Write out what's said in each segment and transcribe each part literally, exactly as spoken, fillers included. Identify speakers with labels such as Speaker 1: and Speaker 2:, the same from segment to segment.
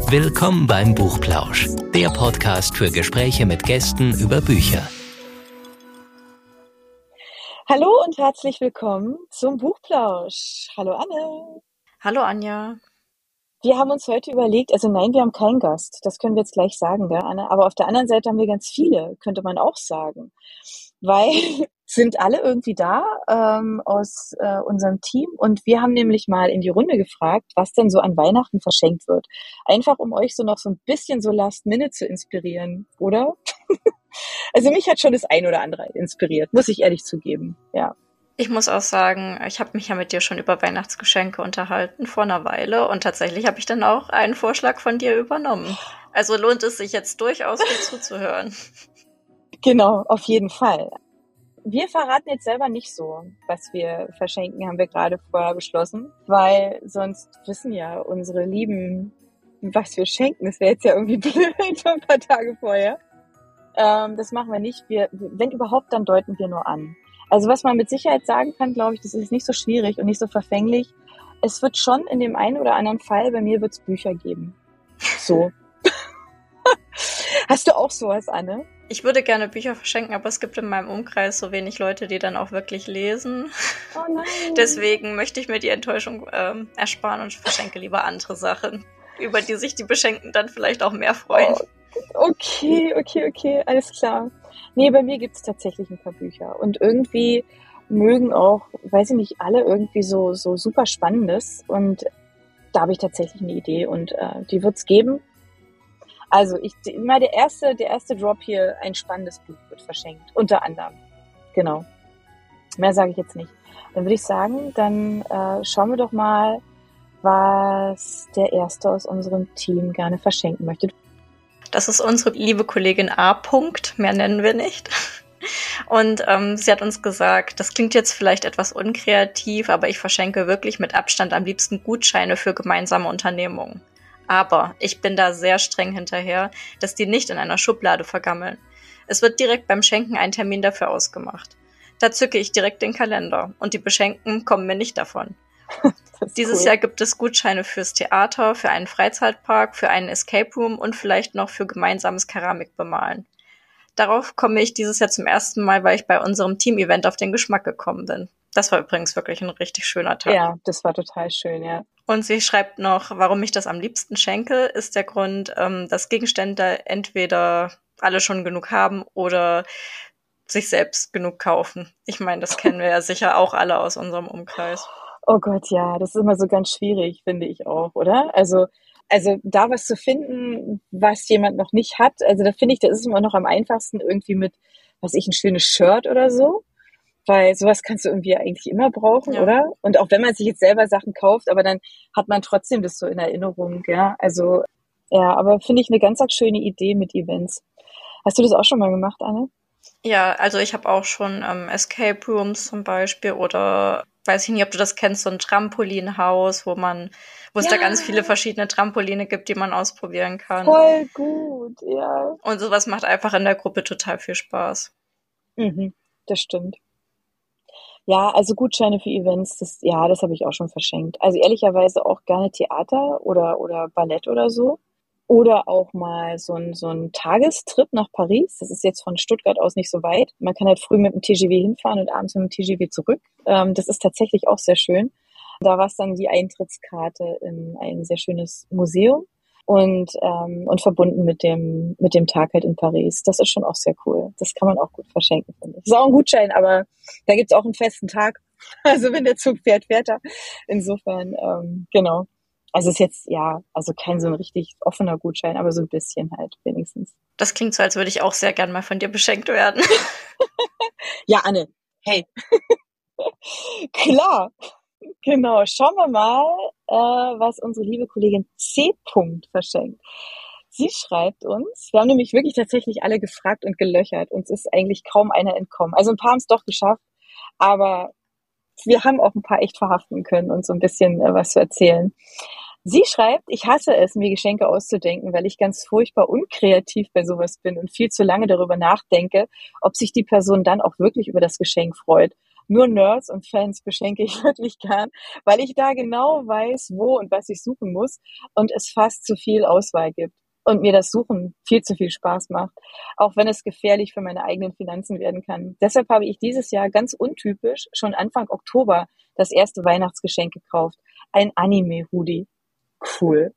Speaker 1: Willkommen beim Buchplausch, der Podcast für Gespräche mit Gästen über Bücher.
Speaker 2: Hallo und herzlich willkommen zum Buchplausch. Hallo Anne.
Speaker 3: Hallo Anja.
Speaker 2: Wir haben uns heute überlegt, also nein, wir haben keinen Gast, das können wir jetzt gleich sagen, gell, Anne? Aber auf der anderen Seite haben wir ganz viele, könnte man auch sagen, weil sind alle irgendwie da ähm, aus äh, unserem Team und wir haben nämlich mal in die Runde gefragt, was denn so an Weihnachten verschenkt wird. Einfach um euch so noch so ein bisschen so Last Minute zu inspirieren, oder? Also mich hat schon das ein oder andere inspiriert, muss ich ehrlich zugeben, ja.
Speaker 3: Ich muss auch sagen, ich habe mich ja mit dir schon über Weihnachtsgeschenke unterhalten vor einer Weile und tatsächlich habe ich dann auch einen Vorschlag von dir übernommen. Also lohnt es sich jetzt durchaus gut zuzuhören.
Speaker 2: Genau, auf jeden Fall. Wir verraten jetzt selber nicht so, was wir verschenken, haben wir gerade vorher beschlossen, weil sonst wissen ja unsere Lieben, was wir schenken. Das wäre jetzt ja irgendwie blöd, so ein paar Tage vorher. Ähm, das machen wir nicht. Wir, wenn überhaupt, dann deuten wir nur an. Also was man mit Sicherheit sagen kann, glaube ich, das ist nicht so schwierig und nicht so verfänglich. Es wird schon in dem einen oder anderen Fall, bei mir wird es Bücher geben. So. Hast du auch sowas, Anne?
Speaker 3: Ich würde gerne Bücher verschenken, aber es gibt in meinem Umkreis so wenig Leute, die dann auch wirklich lesen.
Speaker 2: Oh nein.
Speaker 3: Deswegen möchte ich mir die Enttäuschung ähm, ersparen und verschenke lieber andere Sachen, über die sich die Beschenkten dann vielleicht auch mehr freuen.
Speaker 2: Oh, okay, okay, okay, alles klar. Nee, bei mir gibt es tatsächlich ein paar Bücher. Und irgendwie mögen auch, weiß ich nicht, alle irgendwie so, so super Spannendes. Und da habe ich tatsächlich eine Idee und äh, die wird's geben. Also ich mal der erste, der erste Drop hier, ein spannendes Buch wird verschenkt, unter anderem. Genau. Mehr sage ich jetzt nicht. Dann würde ich sagen, dann äh, schauen wir doch mal, was der Erste aus unserem Team gerne verschenken möchte.
Speaker 3: Das ist unsere liebe Kollegin A. Punkt, mehr nennen wir nicht. Und ähm, sie hat uns gesagt, das klingt jetzt vielleicht etwas unkreativ, aber ich verschenke wirklich mit Abstand am liebsten Gutscheine für gemeinsame Unternehmungen. Aber ich bin da sehr streng hinterher, dass die nicht in einer Schublade vergammeln. Es wird direkt beim Schenken ein Termin dafür ausgemacht. Da zücke ich direkt den Kalender und die Beschenkten kommen mir nicht davon. Dieses cool. Jahr gibt es Gutscheine fürs Theater, für einen Freizeitpark, für einen Escape Room und vielleicht noch für gemeinsames Keramikbemalen. Darauf komme ich dieses Jahr zum ersten Mal, weil ich bei unserem Team-Event auf den Geschmack gekommen bin. Das war übrigens wirklich ein richtig schöner Tag.
Speaker 2: Ja, das war total schön, ja.
Speaker 3: Und sie schreibt noch, warum ich das am liebsten schenke, ist der Grund, ähm, dass Gegenstände entweder alle schon genug haben oder sich selbst genug kaufen. Ich meine, das kennen wir ja sicher auch alle aus unserem Umkreis.
Speaker 2: Oh Gott, ja, das ist immer so ganz schwierig, finde ich auch, oder? Also, also da was zu finden, was jemand noch nicht hat, also da finde ich, da ist es immer noch am einfachsten irgendwie mit, was ich, ein schönes Shirt oder so. Weil sowas kannst du irgendwie eigentlich immer brauchen, ja. Oder? Und auch wenn man sich jetzt selber Sachen kauft, aber dann hat man trotzdem das so in Erinnerung, ja. Also, ja, aber finde ich eine ganz schöne Idee mit Events. Hast du das auch schon mal gemacht, Anne?
Speaker 3: Ja, also ich habe auch schon ähm, Escape Rooms zum Beispiel oder weiß ich nicht, ob du das kennst, so ein Trampolinhaus, wo man, wo es ja. da ganz viele verschiedene Trampoline gibt, die man ausprobieren kann.
Speaker 2: Voll gut, ja.
Speaker 3: Und sowas macht einfach in der Gruppe total viel Spaß.
Speaker 2: Mhm, das stimmt. Ja, also Gutscheine für Events, das, ja, das habe ich auch schon verschenkt. Also ehrlicherweise auch gerne Theater oder, oder Ballett oder so. Oder auch mal so ein, so ein Tagestrip nach Paris. Das ist jetzt von Stuttgart aus nicht so weit. Man kann halt früh mit dem T G V hinfahren und abends mit dem T G V zurück. Ähm, das ist tatsächlich auch sehr schön. Da war es dann die Eintrittskarte in ein sehr schönes Museum. Und, ähm, und verbunden mit dem, mit dem Tag halt in Paris. Das ist schon auch sehr cool. Das kann man auch gut verschenken, finde ich. Ist auch ein Gutschein, aber da gibt's auch einen festen Tag. Also wenn der Zug fährt, fährt er. Insofern, ähm, genau. Also ist jetzt, ja, also kein so ein richtig offener Gutschein, aber so ein bisschen halt wenigstens.
Speaker 3: Das klingt so, als würde ich auch sehr gern mal von dir beschenkt werden.
Speaker 2: Ja, Anne, hey. Klar. Genau, schauen wir mal, äh, was unsere liebe Kollegin C. verschenkt. Sie schreibt uns, wir haben nämlich wirklich tatsächlich alle gefragt und gelöchert, uns ist eigentlich kaum einer entkommen. Also ein paar haben es doch geschafft, aber wir haben auch ein paar echt verhaften können und so ein bisschen äh, was zu erzählen. Sie schreibt, ich hasse es, mir Geschenke auszudenken, weil ich ganz furchtbar unkreativ bei sowas bin und viel zu lange darüber nachdenke, ob sich die Person dann auch wirklich über das Geschenk freut. nur Nerds und Fans beschenke ich wirklich gern, weil ich da genau weiß, wo und was ich suchen muss und es fast zu viel Auswahl gibt und mir das Suchen viel zu viel Spaß macht, auch wenn es gefährlich für meine eigenen Finanzen werden kann. Deshalb habe ich dieses Jahr ganz untypisch schon Anfang Oktober das erste Weihnachtsgeschenk gekauft. Ein Anime-Hoodie. Cool.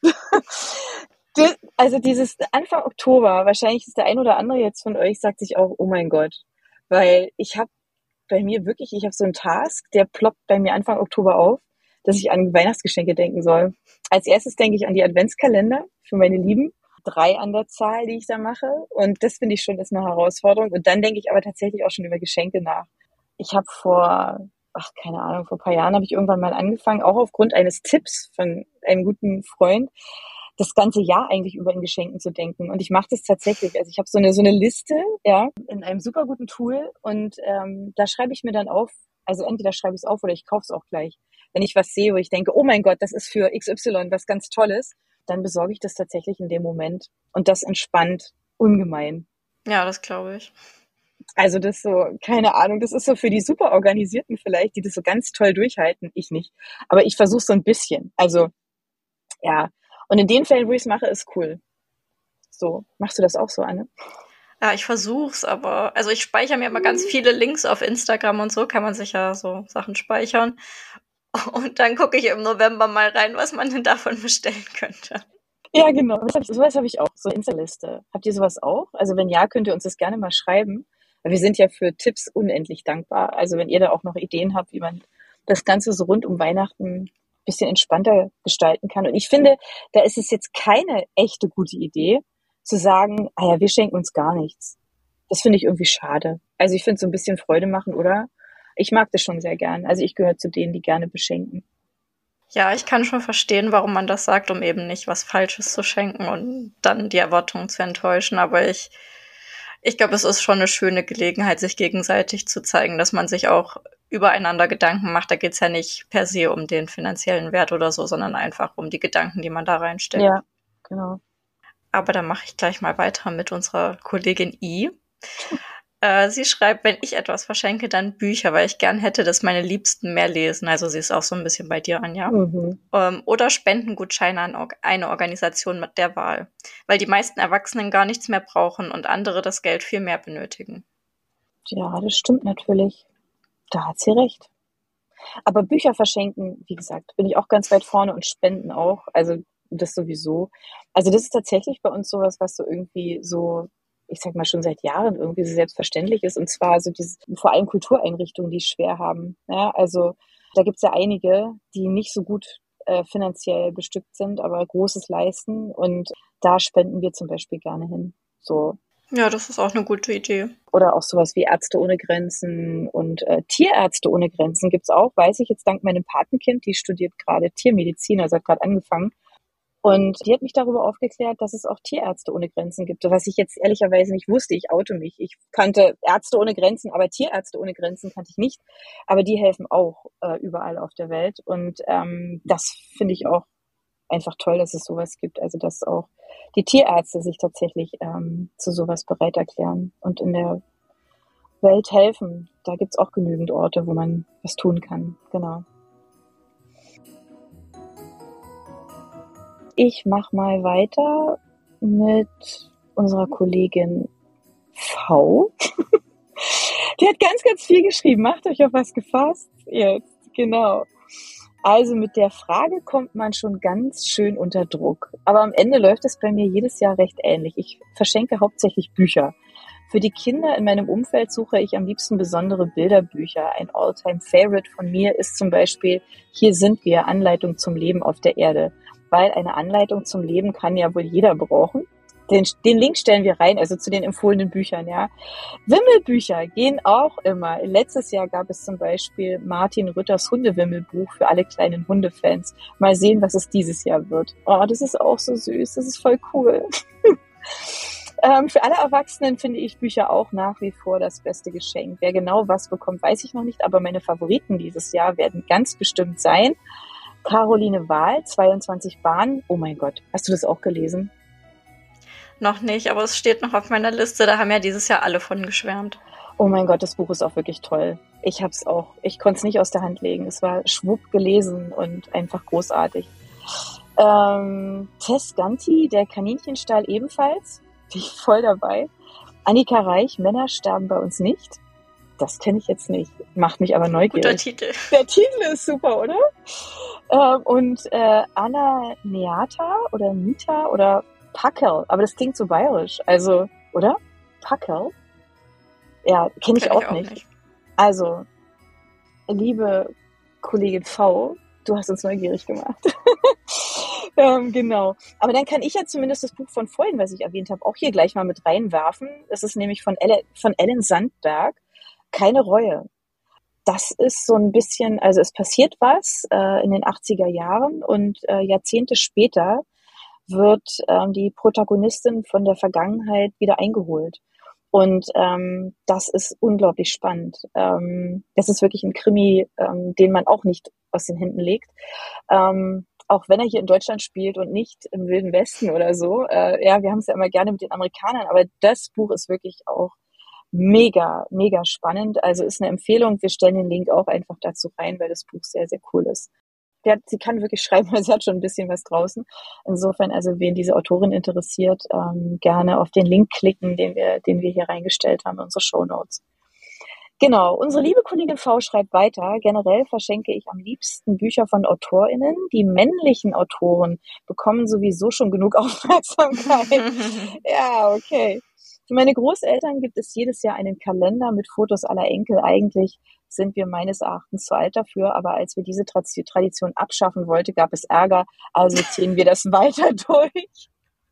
Speaker 2: Also dieses Anfang Oktober, wahrscheinlich ist der ein oder andere jetzt von euch, sagt sich auch, oh mein Gott, weil ich habe bei mir wirklich, ich habe so einen Task, der ploppt bei mir Anfang Oktober auf, dass ich an Weihnachtsgeschenke denken soll. Als erstes denke ich an die Adventskalender für meine Lieben, drei an der Zahl, die ich da mache und das finde ich schon ist eine Herausforderung und dann denke ich aber tatsächlich auch schon über Geschenke nach. Ich habe vor, ach keine Ahnung, vor ein paar Jahren habe ich irgendwann mal angefangen, auch aufgrund eines Tipps von einem guten Freund, das ganze Jahr eigentlich über in Geschenken zu denken. Und ich mache das tatsächlich. Also ich habe so eine so eine Liste, ja, in einem super guten Tool und ähm, da schreibe ich mir dann auf, also entweder schreibe ich es auf oder ich kaufe es auch gleich. Wenn ich was sehe, wo ich denke, oh mein Gott, das ist für X Y was ganz Tolles, dann besorge ich das tatsächlich in dem Moment. Und das entspannt ungemein.
Speaker 3: Ja, das glaube ich.
Speaker 2: Also das so, keine Ahnung, das ist so für die super Organisierten vielleicht, die das so ganz toll durchhalten. Ich nicht. Aber ich versuche so ein bisschen. Also, ja. Und in den Fällen, wo ich es mache, ist cool. So, machst du das auch so, Anne?
Speaker 3: Ja, ich versuch's, aber also ich speichere mir immer ganz viele Links auf Instagram und so, kann man sich ja so Sachen speichern. Und dann gucke ich im November mal rein, was man denn davon bestellen könnte.
Speaker 2: Ja, genau. Das hab ich, sowas habe ich auch, so eine Insta-Liste. Habt ihr sowas auch? Also wenn ja, könnt ihr uns das gerne mal schreiben. Wir sind ja für Tipps unendlich dankbar. Also wenn ihr da auch noch Ideen habt, wie man das Ganze so rund um Weihnachten bisschen entspannter gestalten kann. Und ich finde, da ist es jetzt keine echte gute Idee, zu sagen, ah ja, wir schenken uns gar nichts. Das finde ich irgendwie schade. Also ich finde so ein bisschen Freude machen, oder? Ich mag das schon sehr gern. Also ich gehöre zu denen, die gerne beschenken.
Speaker 3: Ja, ich kann schon verstehen, warum man das sagt, um eben nicht was Falsches zu schenken und dann die Erwartungen zu enttäuschen. Aber ich, ich glaube, es ist schon eine schöne Gelegenheit, sich gegenseitig zu zeigen, dass man sich auch übereinander Gedanken macht. Da geht's ja nicht per se um den finanziellen Wert oder so, sondern einfach um die Gedanken, die man da reinsteckt.
Speaker 2: Ja, genau.
Speaker 3: Aber dann mache ich gleich mal weiter mit unserer Kollegin I. Äh, sie schreibt, wenn ich etwas verschenke, dann Bücher, weil ich gern hätte, dass meine Liebsten mehr lesen. Also sie ist auch so ein bisschen bei dir, Anja.
Speaker 2: Mhm.
Speaker 3: Ähm, oder Spendengutscheine an or- eine Organisation mit der Wahl. Weil die meisten Erwachsenen gar nichts mehr brauchen und andere das Geld viel mehr benötigen.
Speaker 2: Ja, das stimmt natürlich. Da hat sie recht. Aber Bücher verschenken, wie gesagt, bin ich auch ganz weit vorne und spenden auch. Also das sowieso. Also das ist tatsächlich bei uns sowas, was so irgendwie so, ich sag mal schon seit Jahren irgendwie so selbstverständlich ist. Und zwar so diese, vor allem Kultureinrichtungen, die es schwer haben. Ja, also da gibt's ja einige, die nicht so gut äh, finanziell bestückt sind, aber Großes leisten. Und da spenden wir zum Beispiel gerne hin. So.
Speaker 3: Ja, das ist auch eine gute Idee.
Speaker 2: Oder auch sowas wie Ärzte ohne Grenzen und äh, Tierärzte ohne Grenzen gibt's auch, weiß ich jetzt dank meinem Patenkind, die studiert gerade Tiermedizin, also hat gerade angefangen. Und die hat mich darüber aufgeklärt, dass es auch Tierärzte ohne Grenzen gibt, was ich jetzt ehrlicherweise nicht wusste. Ich oute mich. Ich kannte Ärzte ohne Grenzen, aber Tierärzte ohne Grenzen kannte ich nicht. Aber die helfen auch äh, überall auf der Welt. Und ähm, das finde ich auch einfach toll, dass es sowas gibt. Also dass auch die Tierärzte sich tatsächlich ähm, zu sowas bereit erklären und in der Welt helfen. Da gibt's auch genügend Orte, wo man was tun kann. Genau. Ich mache mal weiter mit unserer Kollegin V. Die hat ganz, ganz viel geschrieben. Macht euch auf was gefasst jetzt. Genau. Also mit der Frage kommt man schon ganz schön unter Druck. Aber am Ende läuft es bei mir jedes Jahr recht ähnlich. Ich verschenke hauptsächlich Bücher. Für die Kinder in meinem Umfeld suche ich am liebsten besondere Bilderbücher. Ein All-Time-Favorite von mir ist zum Beispiel Hier sind wir, Anleitung zum Leben auf der Erde. Weil eine Anleitung zum Leben kann ja wohl jeder brauchen. Den, den Link stellen wir rein, also zu den empfohlenen Büchern, ja. Wimmelbücher gehen auch immer. Letztes Jahr gab es zum Beispiel Martin Rütters Hundewimmelbuch für alle kleinen Hundefans. Mal sehen, was es dieses Jahr wird. Oh, das ist auch so süß. Das ist voll cool. ähm, für alle Erwachsenen finde ich Bücher auch nach wie vor das beste Geschenk. Wer genau was bekommt, weiß ich noch nicht, aber meine Favoriten dieses Jahr werden ganz bestimmt sein. Caroline Wahl, zweiundzwanzig Bahnen. Oh mein Gott, hast du das auch gelesen?
Speaker 3: Noch nicht, aber es steht noch auf meiner Liste. Da haben ja dieses Jahr alle von geschwärmt.
Speaker 2: Oh mein Gott, das Buch ist auch wirklich toll. Ich hab's auch, ich konnte es nicht aus der Hand legen. Es war schwupp gelesen und einfach großartig. Ähm, Tess Ganti, der Kaninchenstall ebenfalls. Bin ich voll dabei. Annika Reich, Männer sterben bei uns nicht. Das kenne ich jetzt nicht. Macht mich aber neugierig.
Speaker 3: Guter Titel.
Speaker 2: Der Titel ist super, oder? Ähm, und äh, Anna Neata oder Nita oder Packel. Aber das klingt so bayerisch. Also, oder? Packel? Ja, kenne ich,
Speaker 3: Kenn
Speaker 2: auch,
Speaker 3: ich auch
Speaker 2: nicht.
Speaker 3: nicht.
Speaker 2: Also, liebe Kollegin V, du hast uns neugierig gemacht. ähm, genau. Aber dann kann ich ja zumindest das Buch von vorhin, was ich erwähnt habe, auch hier gleich mal mit reinwerfen. Es ist nämlich von Elle, von Ellen Sandberg, Keine Reue. Das ist so ein bisschen, also es passiert was äh, in den achtziger Jahren und äh, Jahrzehnte später wird ähm, die Protagonistin von der Vergangenheit wieder eingeholt. Und ähm, das ist unglaublich spannend. Ähm, das ist wirklich ein Krimi, ähm, den man auch nicht aus den Händen legt. Ähm, auch wenn er hier in Deutschland spielt und nicht im Wilden Westen oder so. Äh, ja, wir haben es ja immer gerne mit den Amerikanern, aber das Buch ist wirklich auch mega, mega spannend. Also ist eine Empfehlung. Wir stellen den Link auch einfach dazu rein, weil das Buch sehr, sehr cool ist. Der hat, sie kann wirklich schreiben, weil sie hat schon ein bisschen was draußen. Insofern, also wen diese Autorin interessiert, ähm, gerne auf den Link klicken, den wir, den wir hier reingestellt haben, in unsere Shownotes. Genau, unsere liebe Kollegin V schreibt weiter, generell verschenke ich am liebsten Bücher von AutorInnen. Die männlichen Autoren bekommen sowieso schon genug Aufmerksamkeit. Ja, okay. Für meine Großeltern gibt es jedes Jahr einen Kalender mit Fotos aller Enkel. Eigentlich sind wir meines Erachtens zu alt dafür, aber als wir diese Tradition abschaffen wollten, gab es Ärger, also ziehen wir das weiter durch.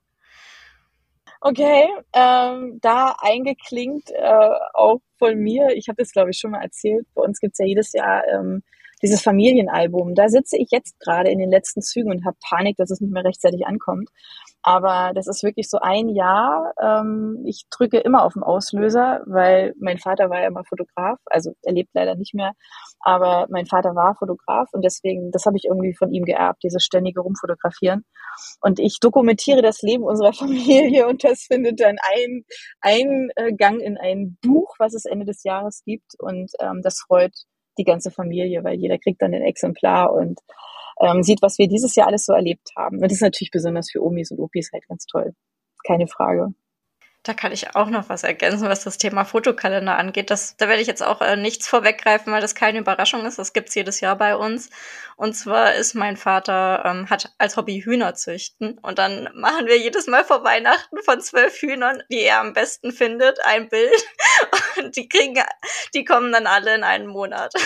Speaker 2: Okay, ähm, da eingeklinkt äh, auch von mir, ich habe das glaube ich schon mal erzählt, bei uns gibt's ja jedes Jahr ähm, dieses Familienalbum. Da sitze ich jetzt gerade in den letzten Zügen und habe Panik, dass es nicht mehr rechtzeitig ankommt. Aber das ist wirklich so ein Jahr. Ähm, ich drücke immer auf den Auslöser, weil mein Vater war ja immer Fotograf. Also er lebt leider nicht mehr. Aber mein Vater war Fotograf und deswegen, das habe ich irgendwie von ihm geerbt, dieses ständige Rumfotografieren. Und ich dokumentiere das Leben unserer Familie und das findet dann ein Eingang in ein Buch, was es Ende des Jahres gibt. Und ähm, das freut die ganze Familie, weil jeder kriegt dann ein Exemplar und ähm, sieht, was wir dieses Jahr alles so erlebt haben. Und das ist natürlich besonders für Omis und Opis halt ganz toll. Keine Frage.
Speaker 3: Da kann ich auch noch was ergänzen, was das Thema Fotokalender angeht. Das, da werde ich jetzt auch äh, nichts vorweggreifen, weil das keine Überraschung ist. Das gibt's jedes Jahr bei uns. Und zwar ist mein Vater, ähm, hat als Hobby Hühner züchten. Und dann machen wir jedes Mal vor Weihnachten von zwölf Hühnern, die er am besten findet, ein Bild. Und die kriegen, die kommen dann alle in einen Monat.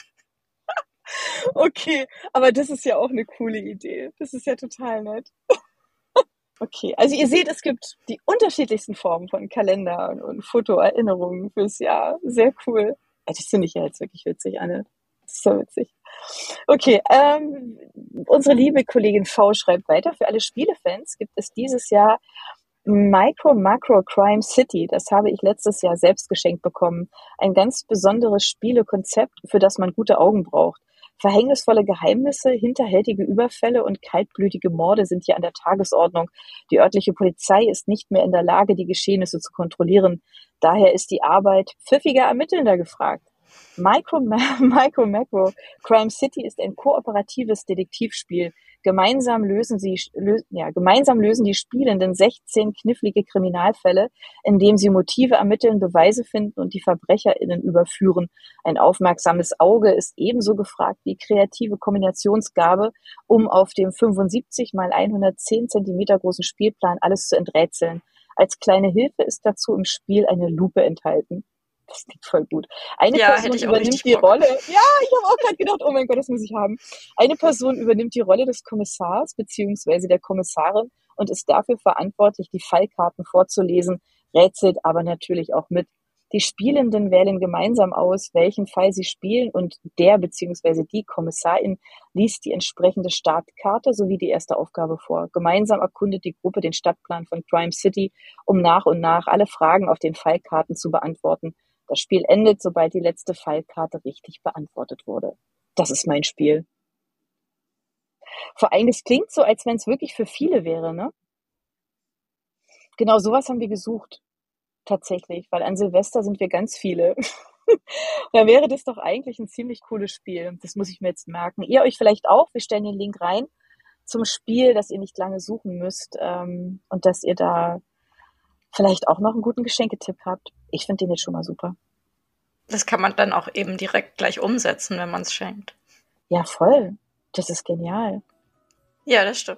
Speaker 2: Okay, aber das ist ja auch eine coole Idee. Das ist ja total nett. Okay, also ihr seht, es gibt die unterschiedlichsten Formen von Kalendern und Fotoerinnerungen fürs Jahr. Sehr cool. Das finde ich ja jetzt wirklich witzig, Anne. Das ist so witzig. Okay, ähm, unsere liebe Kollegin V schreibt weiter. Für alle Spielefans gibt es dieses Jahr Micro Macro Crime City. Das habe ich letztes Jahr selbst geschenkt bekommen. Ein ganz besonderes Spielekonzept, für das man gute Augen braucht. Verhängnisvolle Geheimnisse, hinterhältige Überfälle und kaltblütige Morde sind hier an der Tagesordnung. Die örtliche Polizei ist nicht mehr in der Lage, die Geschehnisse zu kontrollieren. Daher ist die Arbeit pfiffiger Ermittelnder gefragt. Micro, Micro Macro Crime City ist ein kooperatives Detektivspiel. Gemeinsam lösen sie, lö, ja, gemeinsam lösen die Spielenden sechzehn knifflige Kriminalfälle, indem sie Motive ermitteln, Beweise finden und die VerbrecherInnen überführen. Ein aufmerksames Auge ist ebenso gefragt wie kreative Kombinationsgabe, um auf dem fünfundsiebzig mal hundertzehn Zentimeter großen Spielplan alles zu enträtseln. Als kleine Hilfe ist dazu im Spiel eine Lupe enthalten. Das klingt voll gut. Eine
Speaker 3: ja,
Speaker 2: Person übernimmt die Bock. Rolle. Ja, ich habe auch gerade gedacht, oh mein Gott, das muss ich haben. Eine Person übernimmt die Rolle des Kommissars beziehungsweise der Kommissarin und ist dafür verantwortlich, die Fallkarten vorzulesen, rätselt aber natürlich auch mit. Die Spielenden wählen gemeinsam aus, welchen Fall sie spielen und der beziehungsweise die Kommissarin liest die entsprechende Startkarte sowie die erste Aufgabe vor. Gemeinsam erkundet die Gruppe den Stadtplan von Crime City, um nach und nach alle Fragen auf den Fallkarten zu beantworten. Das Spiel endet, sobald die letzte Fallkarte richtig beantwortet wurde. Das ist mein Spiel. Vor allem, es klingt so, als wenn es wirklich für viele wäre, ne? Genau sowas haben wir gesucht. tatsächlich, weil an Silvester sind wir ganz viele. Da wäre das doch eigentlich ein ziemlich cooles Spiel. Das muss ich mir jetzt merken. Ihr euch vielleicht auch. Wir stellen den Link rein zum Spiel, dass ihr nicht lange suchen müsst ähm, und dass ihr da vielleicht auch noch einen guten Geschenketipp habt. Ich finde den jetzt schon mal super.
Speaker 3: Das kann man dann auch eben direkt gleich umsetzen, wenn man es schenkt.
Speaker 2: Ja, voll. Das ist genial.
Speaker 3: Ja, das stimmt.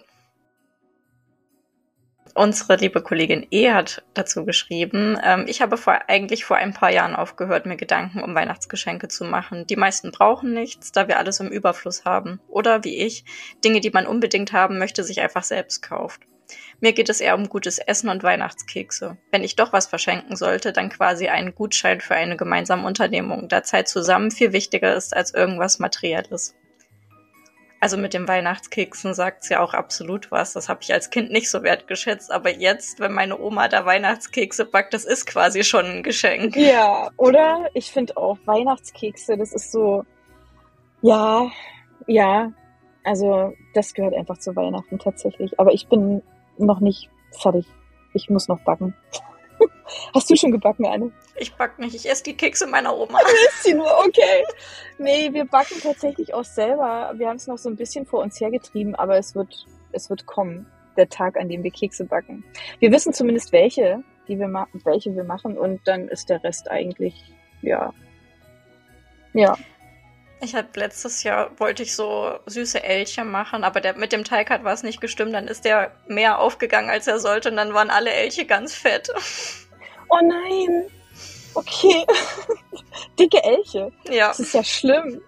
Speaker 3: Unsere liebe Kollegin E hat dazu geschrieben, ähm, ich habe vor, eigentlich vor ein paar Jahren aufgehört, mir Gedanken um Weihnachtsgeschenke zu machen. Die meisten brauchen nichts, da wir alles im Überfluss haben. Oder, wie ich, Dinge, die man unbedingt haben möchte, sich einfach selbst kauft. Mir geht es eher um gutes Essen und Weihnachtskekse. Wenn ich doch was verschenken sollte, dann quasi einen Gutschein für eine gemeinsame Unternehmung, da Zeit zusammen viel wichtiger ist als irgendwas Materielles. Also mit den Weihnachtskeksen sagt sie ja auch absolut was. Das habe ich als Kind nicht so wertgeschätzt. Aber jetzt, wenn meine Oma da Weihnachtskekse backt, das ist quasi schon ein Geschenk.
Speaker 2: Ja, oder? Ich finde auch Weihnachtskekse, das ist so, ja, ja, also das gehört einfach zu Weihnachten tatsächlich. Aber ich bin noch nicht fertig. Ich muss noch backen. Hast du schon gebacken, Anne?
Speaker 3: Ich back nicht, ich esse die Kekse meiner Oma.
Speaker 2: Du isst sie nur, okay. Nee, wir backen tatsächlich auch selber. Wir haben es noch so ein bisschen vor uns hergetrieben, aber es wird, es wird kommen, der Tag, an dem wir Kekse backen. Wir wissen zumindest welche, die wir ma- welche wir machen und dann ist der Rest eigentlich, ja, ja.
Speaker 3: Ich hatte letztes Jahr, wollte ich so süße Elche machen, aber der, mit dem Teig hat was nicht gestimmt. Dann ist der mehr aufgegangen, als er sollte und dann waren alle Elche ganz fett.
Speaker 2: Oh nein. Okay. Dicke Elche.
Speaker 3: Ja.
Speaker 2: Das ist ja schlimm.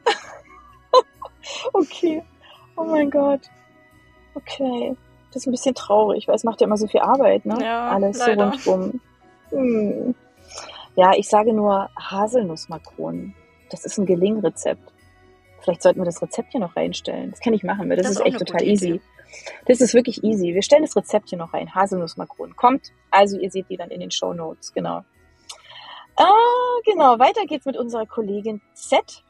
Speaker 2: Okay. Oh mein Gott. Okay. Das ist ein bisschen traurig, weil es macht ja immer so viel Arbeit, ne?
Speaker 3: Ja,
Speaker 2: alles
Speaker 3: leider.
Speaker 2: so rundum. Hm. Ja, ich sage nur Haselnussmakronen. Das ist ein Gelingrezept. Vielleicht sollten wir das Rezept hier noch reinstellen. Das kann ich machen, weil das,
Speaker 3: Das
Speaker 2: ist
Speaker 3: ist auch
Speaker 2: echt
Speaker 3: eine
Speaker 2: total
Speaker 3: gute
Speaker 2: easy.
Speaker 3: Idee.
Speaker 2: Das ist wirklich easy. Wir stellen das Rezept hier noch rein. Haselnussmakronen. Kommt. Also ihr seht die dann in den Shownotes. Genau. Ah, genau. Weiter geht's mit unserer Kollegin Z.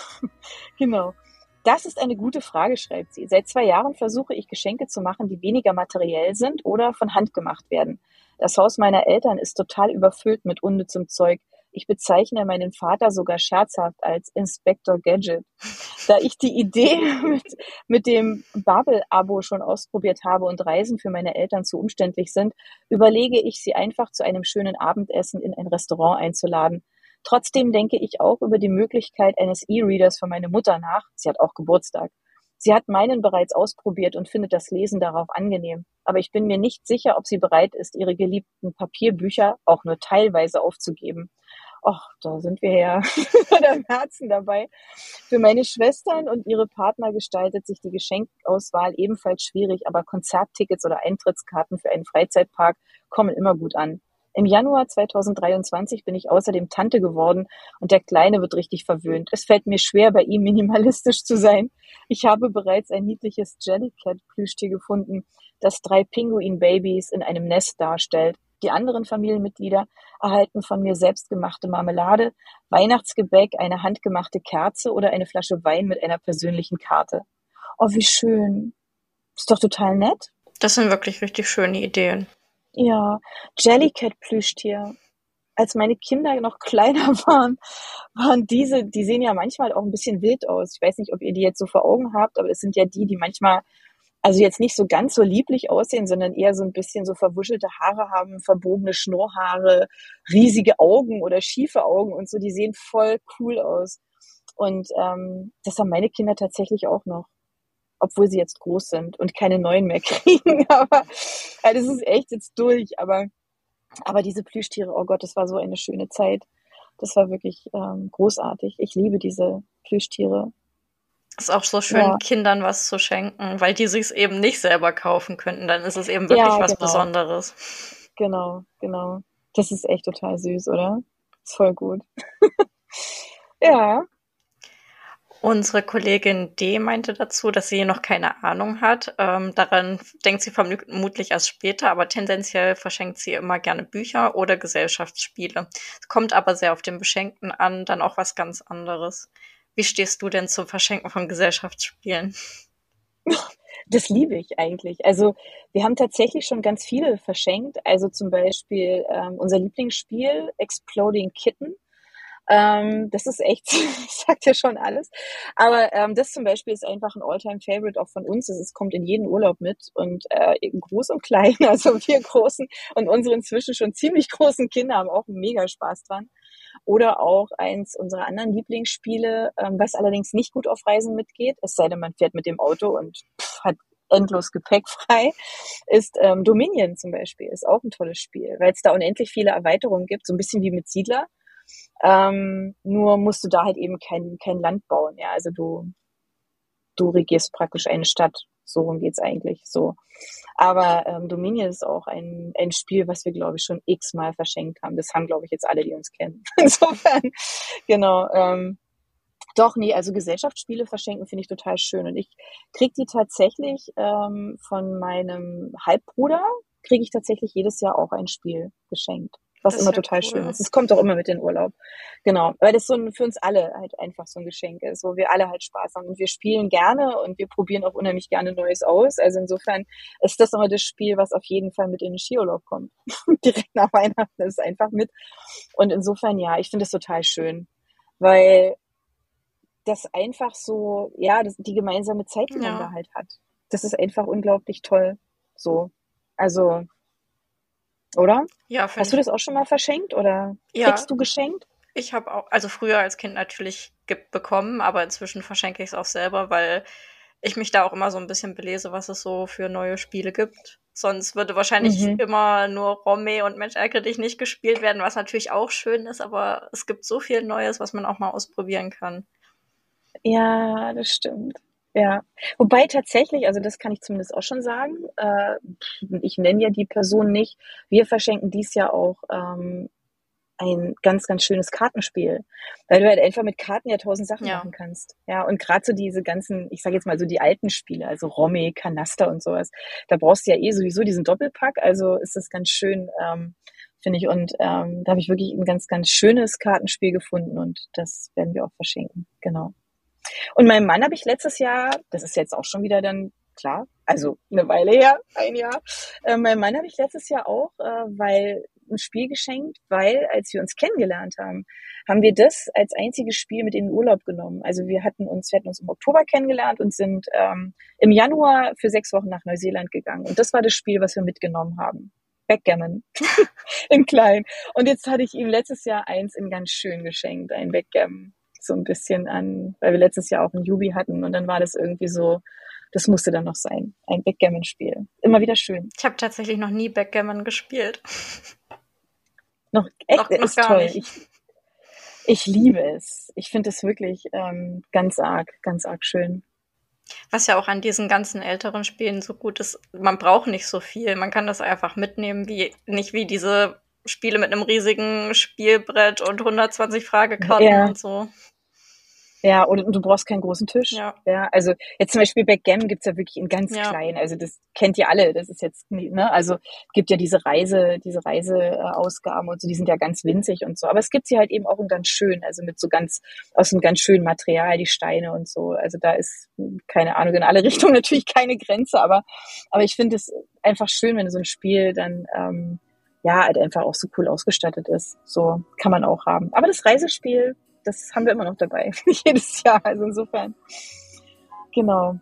Speaker 2: Genau. Das ist eine gute Frage, schreibt sie. Seit zwei Jahren versuche ich Geschenke zu machen, die weniger materiell sind oder von Hand gemacht werden. Das Haus meiner Eltern ist total überfüllt mit unnützem Zeug. Ich bezeichne meinen Vater sogar scherzhaft als Inspector Gadget. Da ich die Idee mit, mit dem Bubble-Abo schon ausprobiert habe und Reisen für meine Eltern zu umständlich sind, überlege ich, sie einfach zu einem schönen Abendessen in ein Restaurant einzuladen. Trotzdem denke ich auch über die Möglichkeit eines E-Readers für meine Mutter nach. Sie hat auch Geburtstag. Sie hat meinen bereits ausprobiert und findet das Lesen darauf angenehm. Aber ich bin mir nicht sicher, ob sie bereit ist, ihre geliebten Papierbücher auch nur teilweise aufzugeben. Och, da sind wir ja mit am Herzen dabei. Für meine Schwestern und ihre Partner gestaltet sich die Geschenkauswahl ebenfalls schwierig, aber Konzerttickets oder Eintrittskarten für einen Freizeitpark kommen immer gut an. Im Januar zweitausenddreiundzwanzig bin ich außerdem Tante geworden und der Kleine wird richtig verwöhnt. Es fällt mir schwer, bei ihm minimalistisch zu sein. Ich habe bereits ein niedliches Jellycat-Plüschtier gefunden, das drei Pinguin-Babys in einem Nest darstellt. Die anderen Familienmitglieder erhalten von mir selbstgemachte Marmelade, Weihnachtsgebäck, eine handgemachte Kerze oder eine Flasche Wein mit einer persönlichen Karte. Oh, wie schön. Ist doch total nett.
Speaker 3: Das sind wirklich richtig schöne Ideen.
Speaker 2: Ja, Jellycat-Plüschtier. Als meine Kinder noch kleiner waren, waren diese, die sehen ja manchmal auch ein bisschen wild aus. Ich weiß nicht, ob ihr die jetzt so vor Augen habt, aber es sind ja die, die manchmal, also jetzt nicht so ganz so lieblich aussehen, sondern eher so ein bisschen so verwuschelte Haare haben, verbogene Schnurrhaare, riesige Augen oder schiefe Augen und so. Die sehen voll cool aus. Und ähm, das haben meine Kinder tatsächlich auch noch, obwohl sie jetzt groß sind und keine neuen mehr kriegen. Aber ja, das ist echt jetzt durch. Aber, aber diese Plüschtiere, oh Gott, das war so eine schöne Zeit. Das war wirklich ähm, großartig. Ich liebe diese Plüschtiere.
Speaker 3: Ist auch so schön,
Speaker 2: Ja.
Speaker 3: Kindern was zu schenken, weil die sich es eben nicht selber kaufen könnten. Dann ist es eben wirklich
Speaker 2: Ja,
Speaker 3: was
Speaker 2: genau.
Speaker 3: Besonderes.
Speaker 2: Genau, genau. Das ist echt total süß, oder? Ist voll gut. Ja.
Speaker 3: Unsere Kollegin D meinte dazu, dass sie noch keine Ahnung hat. Ähm, daran denkt sie vermutlich erst später, aber tendenziell verschenkt sie immer gerne Bücher oder Gesellschaftsspiele. Es kommt aber sehr auf den Beschenkten an, dann auch was ganz anderes. Wie stehst du denn zum Verschenken von Gesellschaftsspielen?
Speaker 2: Das liebe ich eigentlich. Also wir haben tatsächlich schon ganz viele verschenkt. Also zum Beispiel ähm, unser Lieblingsspiel Exploding Kitten. Ähm, das ist echt, sagt ja schon alles. Aber ähm, das zum Beispiel ist einfach ein All-Time-Favorite auch von uns. Es kommt in jeden Urlaub mit und äh, groß und klein, also wir großen und unsere inzwischen schon ziemlich großen Kinder haben auch mega Spaß dran. Oder auch eins unserer anderen Lieblingsspiele, ähm, was allerdings nicht gut auf Reisen mitgeht, es sei denn, man fährt mit dem Auto und pff, hat endlos Gepäck frei, ist ähm, Dominion zum Beispiel. Ist auch ein tolles Spiel, weil es da unendlich viele Erweiterungen gibt, so ein bisschen wie mit Siedler. Ähm, nur musst du da halt eben kein, kein Land bauen. Ja, also du, du regierst praktisch eine Stadt. So rum geht's eigentlich so. Aber ähm, Dominion ist auch ein, ein Spiel, was wir, glaube ich, schon x-mal verschenkt haben. Das haben, glaube ich, jetzt alle, die uns kennen. Insofern, genau. Ähm, doch, nee, also Gesellschaftsspiele verschenken finde ich total schön. Und ich kriege die tatsächlich ähm, von meinem Halbbruder, kriege ich tatsächlich jedes Jahr auch ein Spiel geschenkt. Was
Speaker 3: Das ist
Speaker 2: immer
Speaker 3: ja
Speaker 2: total
Speaker 3: cool.
Speaker 2: schön ist. Es kommt auch immer mit in den Urlaub. Genau. Weil das so ein, für uns alle halt einfach so ein Geschenk ist, wo wir alle halt Spaß haben. Und wir spielen gerne und wir probieren auch unheimlich gerne Neues aus. Also insofern ist das immer das Spiel, was auf jeden Fall mit in den Skiurlaub kommt. Direkt nach Weihnachten ist es einfach mit. Und insofern, ja, ich finde es total schön. Weil das einfach so, ja, das, die gemeinsame Zeit, die man
Speaker 3: Ja.
Speaker 2: da halt hat. Das ist einfach unglaublich toll. So. Also, oder?
Speaker 3: Ja, finde
Speaker 2: Hast du
Speaker 3: ich.
Speaker 2: das auch schon mal verschenkt oder
Speaker 3: Ja,
Speaker 2: kriegst du geschenkt?
Speaker 3: ich habe auch, also früher als Kind natürlich ge- bekommen, aber inzwischen verschenke ich es auch selber, weil ich mich da auch immer so ein bisschen belese, was es so für neue Spiele gibt. Sonst würde wahrscheinlich
Speaker 2: Mhm.
Speaker 3: immer nur Romme und Mensch ärgere dich nicht gespielt werden, was natürlich auch schön ist, aber es gibt so viel Neues, was man auch mal ausprobieren kann.
Speaker 2: Ja, das stimmt. Ja. Wobei tatsächlich, also das kann ich zumindest auch schon sagen, äh, ich nenne ja die Person nicht, wir verschenken dies Jahr auch ähm, ein ganz, ganz schönes Kartenspiel, weil du halt einfach mit Karten ja tausend Sachen
Speaker 3: Ja.
Speaker 2: machen kannst. Ja, und gerade so diese ganzen, ich sage jetzt mal so die alten Spiele, also Romme, Kanaster und sowas, da brauchst du ja eh sowieso diesen Doppelpack, also ist das ganz schön, ähm, finde ich. Und ähm, da habe ich wirklich ein ganz, ganz schönes Kartenspiel gefunden und das werden wir auch verschenken. Genau. Und meinem Mann habe ich letztes Jahr, das ist jetzt auch schon wieder dann klar, also eine Weile her, ein Jahr, äh, meinem Mann habe ich letztes Jahr auch, äh, weil ein Spiel geschenkt, weil als wir uns kennengelernt haben, haben wir das als einziges Spiel mit in den Urlaub genommen. Also wir hatten uns, wir hatten uns im Oktober kennengelernt und sind ähm, im Januar für sechs Wochen nach Neuseeland gegangen. Und das war das Spiel, was wir mitgenommen haben. Backgammon. In klein. Und jetzt hatte ich ihm letztes Jahr eins in ganz schön geschenkt, ein Backgammon. So ein bisschen an, weil wir letztes Jahr auch ein Jubi hatten und dann war das irgendwie so, das musste dann noch sein. Ein Backgammon-Spiel. Immer wieder schön.
Speaker 3: Ich habe tatsächlich noch nie Backgammon gespielt.
Speaker 2: Noch echt,
Speaker 3: Noch, noch
Speaker 2: ist
Speaker 3: gar
Speaker 2: toll.
Speaker 3: nicht.
Speaker 2: Ich, ich liebe es. Ich finde es wirklich ähm, ganz arg, ganz arg schön.
Speaker 3: Was ja auch an diesen ganzen älteren Spielen so gut ist, man braucht nicht so viel. Man kann das einfach mitnehmen, wie nicht wie diese Spiele mit einem riesigen Spielbrett und hundertzwanzig Fragekarten
Speaker 2: Ja.
Speaker 3: und so.
Speaker 2: Ja, oder du brauchst keinen großen Tisch.
Speaker 3: Ja.
Speaker 2: Ja, also jetzt zum Beispiel Backgammon gibt's ja wirklich in ganz
Speaker 3: Ja.
Speaker 2: klein. Also das kennt ihr alle. Das ist jetzt, nie- ne? Also gibt ja diese Reise, diese Reiseausgaben und so, die sind ja ganz winzig und so. Aber es gibt sie halt eben auch in ganz schön, also mit so ganz, aus einem ganz schönen Material, die Steine und so. Also da ist, keine Ahnung, in alle Richtungen natürlich keine Grenze, aber, aber ich finde es einfach schön, wenn so ein Spiel dann, ähm, ja, halt einfach auch so cool ausgestattet ist. So kann man auch haben. Aber das Reisespiel, das haben wir immer noch dabei, jedes Jahr. Also insofern, genau.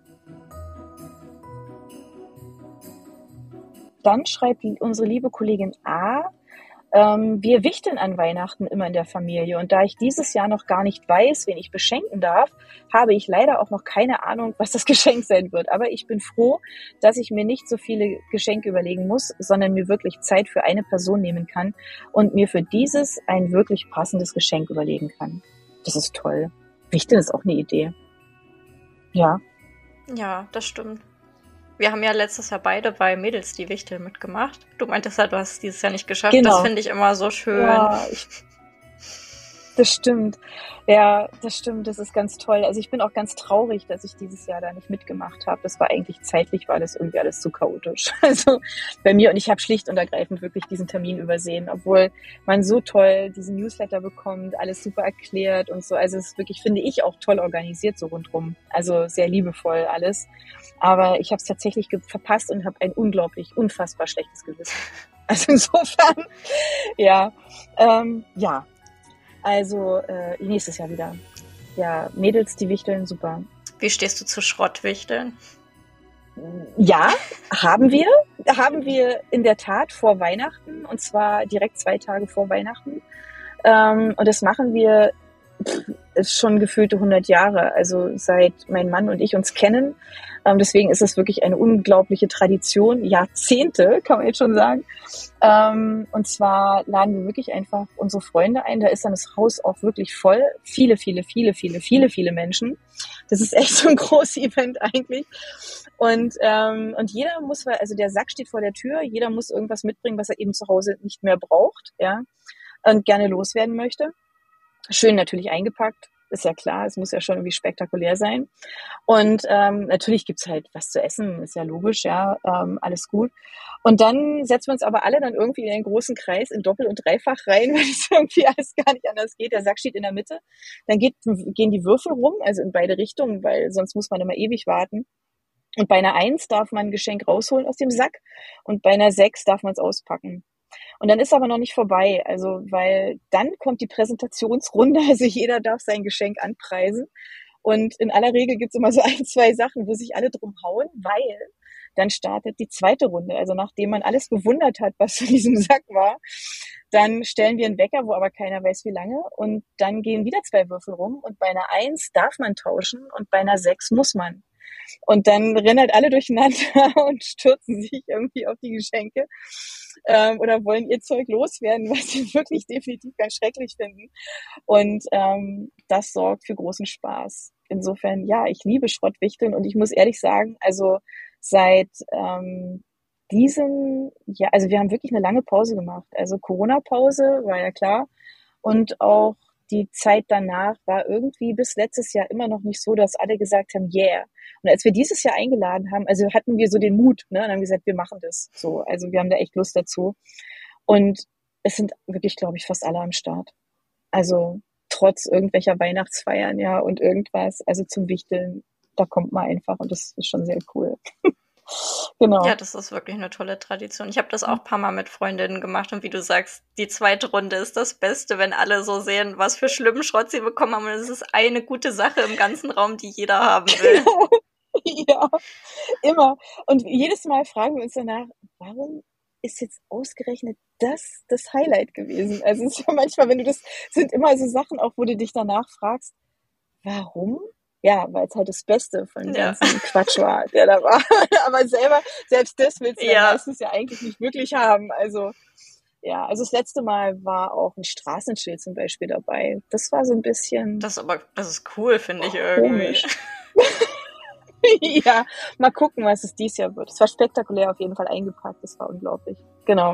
Speaker 2: Dann schreibt unsere liebe Kollegin A, ähm, wir wichteln an Weihnachten immer in der Familie. Und da ich dieses Jahr noch gar nicht weiß, wen ich beschenken darf, habe ich leider auch noch keine Ahnung, was das Geschenk sein wird. Aber ich bin froh, dass ich mir nicht so viele Geschenke überlegen muss, sondern mir wirklich Zeit für eine Person nehmen kann und mir für dieses ein wirklich passendes Geschenk überlegen kann. Das ist toll. Wichteln ist auch eine Idee. Ja.
Speaker 3: Ja, das stimmt. Wir haben ja letztes Jahr beide bei Mädels die Wichtel mitgemacht. Du meintest ja, du hast es dieses Jahr nicht geschafft.
Speaker 2: Genau.
Speaker 3: Das finde ich immer so schön.
Speaker 2: Ja, ich, Das stimmt. Ja, das stimmt. Das ist ganz toll. Also ich bin auch ganz traurig, dass ich dieses Jahr da nicht mitgemacht habe. Das war eigentlich zeitlich, war das irgendwie alles zu chaotisch. Also bei mir, und ich habe schlicht und ergreifend wirklich diesen Termin übersehen, obwohl man so toll diesen Newsletter bekommt, alles super erklärt und so. Also es ist wirklich, finde ich, auch toll organisiert so rundrum. Also sehr liebevoll alles. Aber ich habe es tatsächlich ge- verpasst und habe ein unglaublich, unfassbar schlechtes Gewissen. Also insofern, ja, ähm, ja. Also äh, nächstes Jahr wieder. Ja, Mädels, die wichteln, super.
Speaker 3: Wie stehst du zu Schrottwichteln?
Speaker 2: Ja, haben wir. Haben wir in der Tat vor Weihnachten. Und zwar direkt zwei Tage vor Weihnachten. Ähm, und das machen wir, pff, ist schon gefühlte hundert Jahre. Also seit mein Mann und ich uns kennen. Ähm, deswegen ist es wirklich eine unglaubliche Tradition. Jahrzehnte, kann man jetzt schon sagen. Ähm, und zwar laden wir wirklich einfach unsere Freunde ein. Da ist dann das Haus auch wirklich voll. Viele, viele, viele, viele, viele, viele Menschen. Das ist echt so ein großes Event eigentlich. Und, ähm, und jeder muss, also der Sack steht vor der Tür. Jeder muss irgendwas mitbringen, was er eben zu Hause nicht mehr braucht, ja, und gerne loswerden möchte. Schön natürlich eingepackt. Ist ja klar, es muss ja schon irgendwie spektakulär sein. Und ähm, natürlich gibt's halt was zu essen, ist ja logisch, ja, ähm, alles gut. Und dann setzen wir uns aber alle dann irgendwie in einen großen Kreis in Doppel- und Dreifach rein, weil es irgendwie alles gar nicht anders geht. Der Sack steht in der Mitte. Dann geht, gehen die Würfel rum, also in beide Richtungen, weil sonst muss man immer ewig warten. Und bei einer Eins darf man ein Geschenk rausholen aus dem Sack und bei einer Sechs darf man es auspacken. Und dann ist aber noch nicht vorbei, also weil dann kommt die Präsentationsrunde, also jeder darf sein Geschenk anpreisen. Und in aller Regel gibt's immer so ein, zwei Sachen, wo sich alle drum hauen, weil dann startet die zweite Runde. Also nachdem man alles bewundert hat, was in diesem Sack war, dann stellen wir einen Wecker, wo aber keiner weiß, wie lange. Und dann gehen wieder zwei Würfel rum. Und bei einer Eins darf man tauschen und bei einer Sechs muss man. Und dann rennen halt alle durcheinander und stürzen sich irgendwie auf die Geschenke ähm, oder wollen ihr Zeug loswerden, was sie wirklich definitiv ganz schrecklich finden. Und ähm, das sorgt für großen Spaß. Insofern, ja, ich liebe Schrottwichteln und ich muss ehrlich sagen, also seit ähm, diesem, ja, also wir haben wirklich eine lange Pause gemacht. Also Corona-Pause, war ja klar. Und auch die Zeit danach war irgendwie bis letztes Jahr immer noch nicht so, dass alle gesagt haben, yeah. Und als wir dieses Jahr eingeladen haben, also hatten wir so den Mut, ne, und haben gesagt, wir machen das so. Also wir haben da echt Lust dazu. Und es sind wirklich, glaube ich, fast alle am Start. Also trotz irgendwelcher Weihnachtsfeiern, ja, und irgendwas, also zum Wichteln, da kommt man einfach und das ist schon sehr cool. Genau.
Speaker 3: Ja, das ist wirklich eine tolle Tradition. Ich habe das auch ein paar Mal mit Freundinnen gemacht und wie du sagst, die zweite Runde ist das Beste, wenn alle so sehen, was für schlimmen Schrott sie bekommen haben. Und es ist eine gute Sache im ganzen Raum, die jeder haben will.
Speaker 2: Genau. Ja, immer. Und jedes Mal fragen wir uns danach, warum ist jetzt ausgerechnet das das Highlight gewesen? Also es ist ja manchmal, wenn du das, sind immer so Sachen auch, wo du dich danach fragst, warum? Ja, weil es halt das Beste von dem
Speaker 3: Ja.
Speaker 2: ganzen Quatsch war, der da war. Aber selber, selbst das willst du ja
Speaker 3: Ja.
Speaker 2: meistens ja eigentlich nicht wirklich haben. Also ja, also das letzte Mal war auch ein Straßenschild zum Beispiel dabei. Das war so ein bisschen
Speaker 3: Das ist aber, das ist cool, finde ich irgendwie.
Speaker 2: komisch. Ja, mal gucken, was es dieses Jahr wird. Es war spektakulär auf jeden Fall eingepackt. Das war unglaublich. Genau.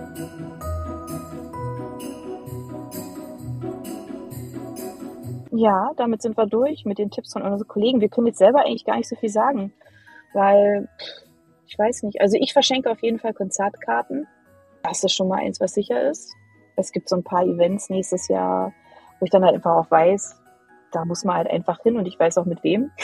Speaker 2: Ja, damit sind wir durch mit den Tipps von unseren Kollegen. Wir können jetzt selber eigentlich gar nicht so viel sagen, weil, ich weiß nicht, also ich verschenke auf jeden Fall Konzertkarten. Das ist schon mal eins, was sicher ist. Es gibt so ein paar Events nächstes Jahr, wo ich dann halt einfach auch weiß, da muss man halt einfach hin und ich weiß auch mit wem.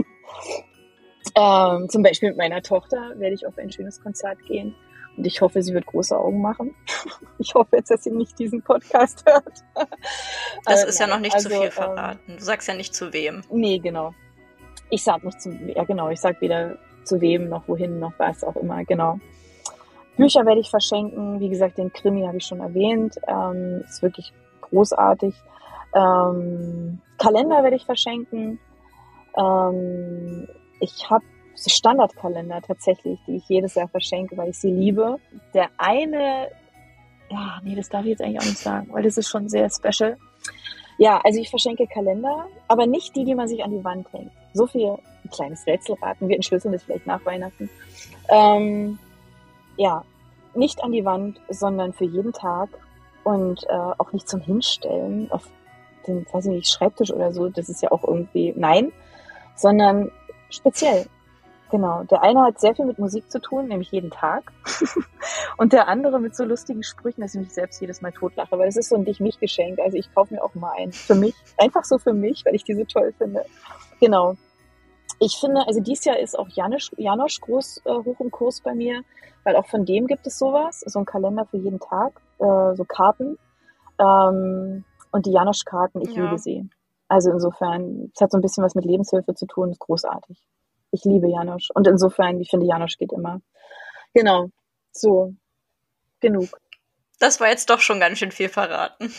Speaker 2: ähm, zum Beispiel mit meiner Tochter werde ich auf ein schönes Konzert gehen. Und ich hoffe, sie wird große Augen machen. Ich hoffe jetzt, dass sie nicht diesen Podcast hört.
Speaker 3: Das
Speaker 2: äh,
Speaker 3: ist
Speaker 2: nein,
Speaker 3: ja noch nicht
Speaker 2: also,
Speaker 3: zu viel
Speaker 2: ähm,
Speaker 3: verraten. Du sagst ja nicht zu wem.
Speaker 2: Nee, genau. Ich sag nicht zu, ja genau, ich sag weder zu wem, noch wohin, noch was auch immer, genau. Bücher werde ich verschenken. Wie gesagt, den Krimi habe ich schon erwähnt. Ähm, ist wirklich großartig. Ähm, Kalender werde ich verschenken. Ähm, ich habe Standardkalender tatsächlich, die ich jedes Jahr verschenke, weil ich sie liebe. Der eine, ja, nee, das darf ich jetzt eigentlich auch nicht sagen, weil das ist schon sehr special. Ja, also ich verschenke Kalender, aber nicht die, die man sich an die Wand hängt. So viel, ein kleines Rätselraten, wir entschlüsseln das vielleicht nach Weihnachten. Ähm, ja, nicht an die Wand, sondern für jeden Tag und äh, auch nicht zum Hinstellen auf den, weiß ich nicht, Schreibtisch oder so, das ist ja auch irgendwie, nein, sondern speziell. Genau. Der eine hat sehr viel mit Musik zu tun, nämlich jeden Tag. Und der andere mit so lustigen Sprüchen, dass ich mich selbst jedes Mal totlache, weil das ist so ein Dich-Mich-Geschenk. Also ich kaufe mir auch mal einen. Für mich. Einfach so für mich, weil ich die so toll finde. Genau. Ich finde, also dieses Jahr ist auch Janosch, Janosch groß äh, hoch im Kurs bei mir, weil auch von dem gibt es sowas, so ein Kalender für jeden Tag, äh, so Karten. Ähm, und die Janosch-Karten, ich
Speaker 3: Ja.
Speaker 2: liebe sie. Also insofern, es hat so ein bisschen was mit Lebenshilfe zu tun, ist großartig. Ich liebe Janosch. Und insofern, ich finde, Janosch geht immer. Genau. So. Genug.
Speaker 3: Das war jetzt doch schon ganz schön viel verraten.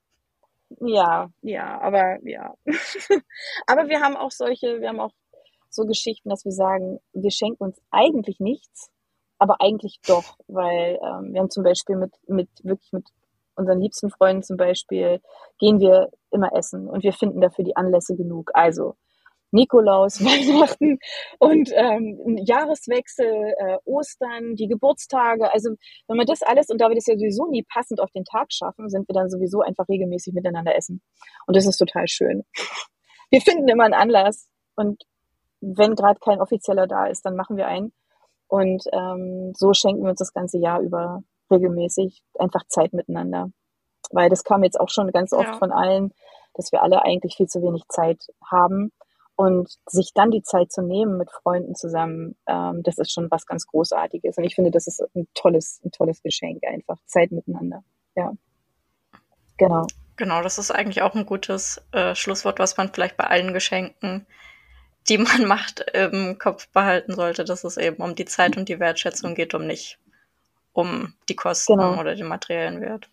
Speaker 2: Ja, ja, aber ja. Aber wir haben auch solche, wir haben auch so Geschichten, dass wir sagen, wir schenken uns eigentlich nichts, aber eigentlich doch, weil ähm, wir haben zum Beispiel mit, mit wirklich mit unseren liebsten Freunden zum Beispiel, gehen wir immer essen und wir finden dafür die Anlässe genug. Also Nikolaus, Weihnachten und ähm, Jahreswechsel, äh, Ostern, die Geburtstage. Also wenn wir das alles, und da wir das ja sowieso nie passend auf den Tag schaffen, sind wir dann sowieso einfach regelmäßig miteinander essen. Und das ist total schön. Wir finden immer einen Anlass und wenn gerade kein offizieller da ist, dann machen wir einen. Und ähm, so schenken wir uns das ganze Jahr über regelmäßig einfach Zeit miteinander. Weil das kam jetzt auch schon ganz oft
Speaker 3: Ja.
Speaker 2: von allen, dass wir alle eigentlich viel zu wenig Zeit haben. Und sich dann die Zeit zu nehmen mit Freunden zusammen, ähm, das ist schon was ganz Großartiges. Und ich finde, das ist ein tolles, ein tolles Geschenk einfach. Zeit miteinander. Ja. Genau.
Speaker 3: Genau, das ist eigentlich auch ein gutes äh, Schlusswort, was man vielleicht bei allen Geschenken, die man macht, im Kopf behalten sollte, dass es eben um die Zeit und die Wertschätzung geht, um nicht um die Kosten
Speaker 2: Genau.
Speaker 3: oder den materiellen Wert.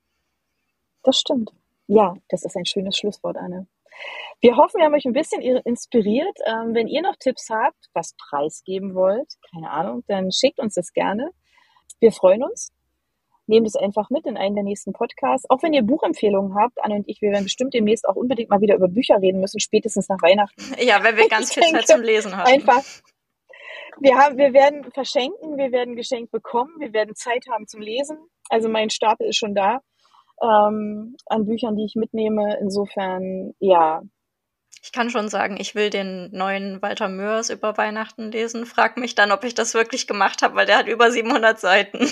Speaker 2: Das stimmt. Ja, das ist ein schönes Schlusswort, Anne. Wir hoffen, wir haben euch ein bisschen inspiriert. Ähm, wenn ihr noch Tipps habt, was preisgeben wollt, keine Ahnung, dann schickt uns das gerne. Wir freuen uns. Nehmt es einfach mit in einen der nächsten Podcasts. Auch wenn ihr Buchempfehlungen habt, Anne und ich, wir werden bestimmt demnächst auch unbedingt mal wieder über Bücher reden müssen, spätestens nach Weihnachten.
Speaker 3: Ja, wenn wir ganz
Speaker 2: Ich
Speaker 3: viel
Speaker 2: denke,
Speaker 3: Zeit zum Lesen haben.
Speaker 2: Einfach. Wir haben, wir werden verschenken, wir werden geschenkt bekommen, wir werden Zeit haben zum Lesen. Also mein Stapel ist schon da ähm, an Büchern, die ich mitnehme. Insofern, ja.
Speaker 3: Ich kann schon sagen, ich will den neuen Walter Mörs über Weihnachten lesen. Frag mich dann, ob ich das wirklich gemacht habe, weil der hat über siebenhundert Seiten.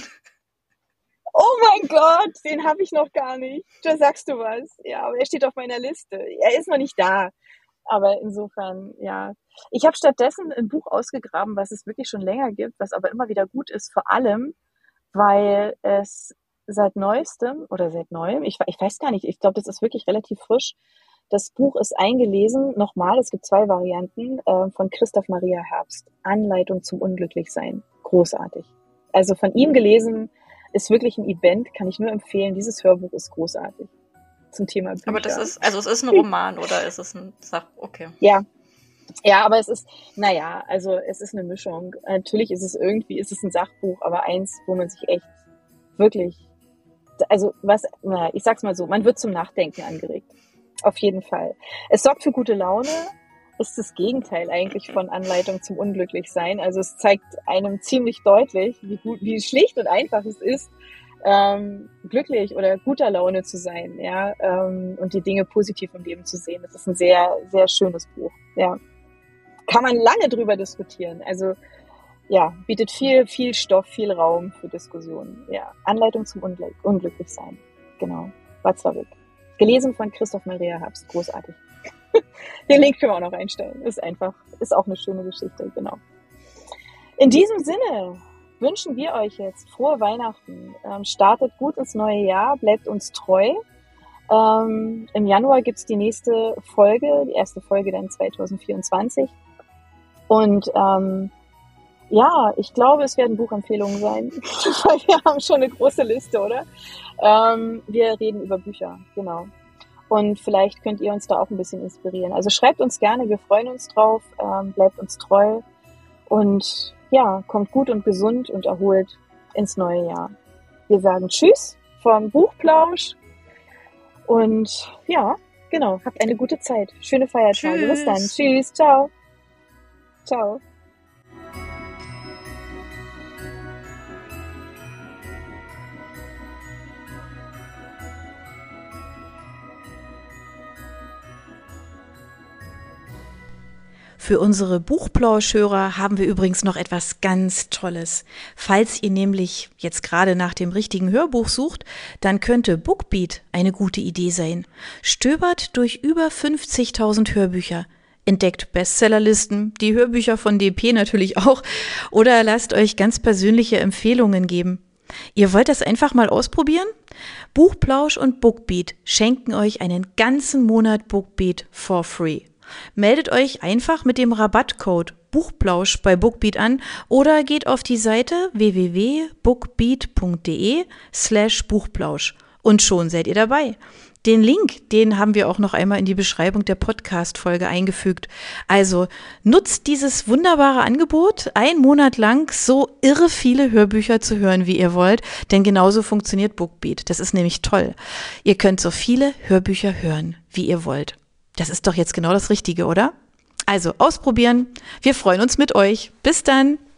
Speaker 2: Oh mein Gott, den habe ich noch gar nicht. Da sagst du was. Ja, aber er steht auf meiner Liste. Er ist noch nicht da. Aber insofern, ja. Ich habe stattdessen ein Buch ausgegraben, was es wirklich schon länger gibt, was aber immer wieder gut ist, vor allem, weil es seit neuestem oder seit neuem, ich, ich weiß gar nicht, ich glaube, das ist wirklich relativ frisch. Das Buch ist eingelesen, nochmal, es gibt zwei Varianten, äh, von Christoph Maria Herbst. Anleitung zum Unglücklichsein. Großartig. Also von ihm gelesen, ist wirklich ein Event, kann ich nur empfehlen. Dieses Hörbuch ist großartig. Zum Thema Bücher.
Speaker 3: Aber das ist, also es ist ein Roman oder ist es ein Sach, okay.
Speaker 2: Ja. Ja, aber es ist, naja, also es ist eine Mischung. Natürlich ist es irgendwie, ist es ein Sachbuch, aber eins, wo man sich echt wirklich, also was, naja, ich sag's mal so, man wird zum Nachdenken angeregt. Auf jeden Fall. Es sorgt für gute Laune, ist das Gegenteil eigentlich von Anleitung zum Unglücklichsein. Also es zeigt einem ziemlich deutlich, wie gut, wie schlicht und einfach es ist, ähm, glücklich oder guter Laune zu sein, ja, ähm, und die Dinge positiv im Leben zu sehen. Das ist ein sehr, sehr schönes Buch, ja. Kann man lange drüber diskutieren. Also, ja, bietet viel, viel Stoff, viel Raum für Diskussionen. Ja, Anleitung zum Unglück, Unglücklichsein. Genau. Watzlawick. Gelesen von Christoph Maria Herbst. Großartig. Den Link können wir auch noch einstellen. Ist einfach, ist auch eine schöne Geschichte, genau. In diesem Sinne wünschen wir euch jetzt frohe Weihnachten. Ähm, startet gut ins neue Jahr, bleibt uns treu. Ähm, im Januar gibt's die nächste Folge, die erste Folge dann zwanzig vierundzwanzig. Und ähm, ja, ich glaube, es werden Buchempfehlungen sein, weil wir haben schon eine große Liste, oder? Ähm, wir reden über Bücher, genau. Und vielleicht könnt ihr uns da auch ein bisschen inspirieren. Also schreibt uns gerne, wir freuen uns drauf, ähm, bleibt uns treu und ja, kommt gut und gesund und erholt ins neue Jahr. Wir sagen Tschüss vom Buchplausch und ja, genau, habt eine gute Zeit. Schöne Feiertage. Bis dann. Tschüss. Ciao. Ciao.
Speaker 4: Für unsere Buchplauschhörer haben wir übrigens noch etwas ganz Tolles. Falls ihr nämlich jetzt gerade nach dem richtigen Hörbuch sucht, dann könnte Bookbeat eine gute Idee sein. Stöbert durch über fünfzigtausend Hörbücher, entdeckt Bestsellerlisten, die Hörbücher von D P natürlich auch, oder lasst euch ganz persönliche Empfehlungen geben. Ihr wollt das einfach mal ausprobieren? Buchplausch und Bookbeat schenken euch einen ganzen Monat Bookbeat for free. Meldet euch einfach mit dem Rabattcode Buchplausch bei Bookbeat an oder geht auf die Seite w w w punkt bookbeat punkt d e slash Buchplausch und schon seid ihr dabei. Den Link, den haben wir auch noch einmal in die Beschreibung der Podcast-Folge eingefügt. Also nutzt dieses wunderbare Angebot, einen Monat lang so irre viele Hörbücher zu hören, wie ihr wollt, denn genauso funktioniert Bookbeat. Das ist nämlich toll. Ihr könnt so viele Hörbücher hören, wie ihr wollt. Das ist doch jetzt genau das Richtige, oder? Also ausprobieren. Wir freuen uns mit euch. Bis dann.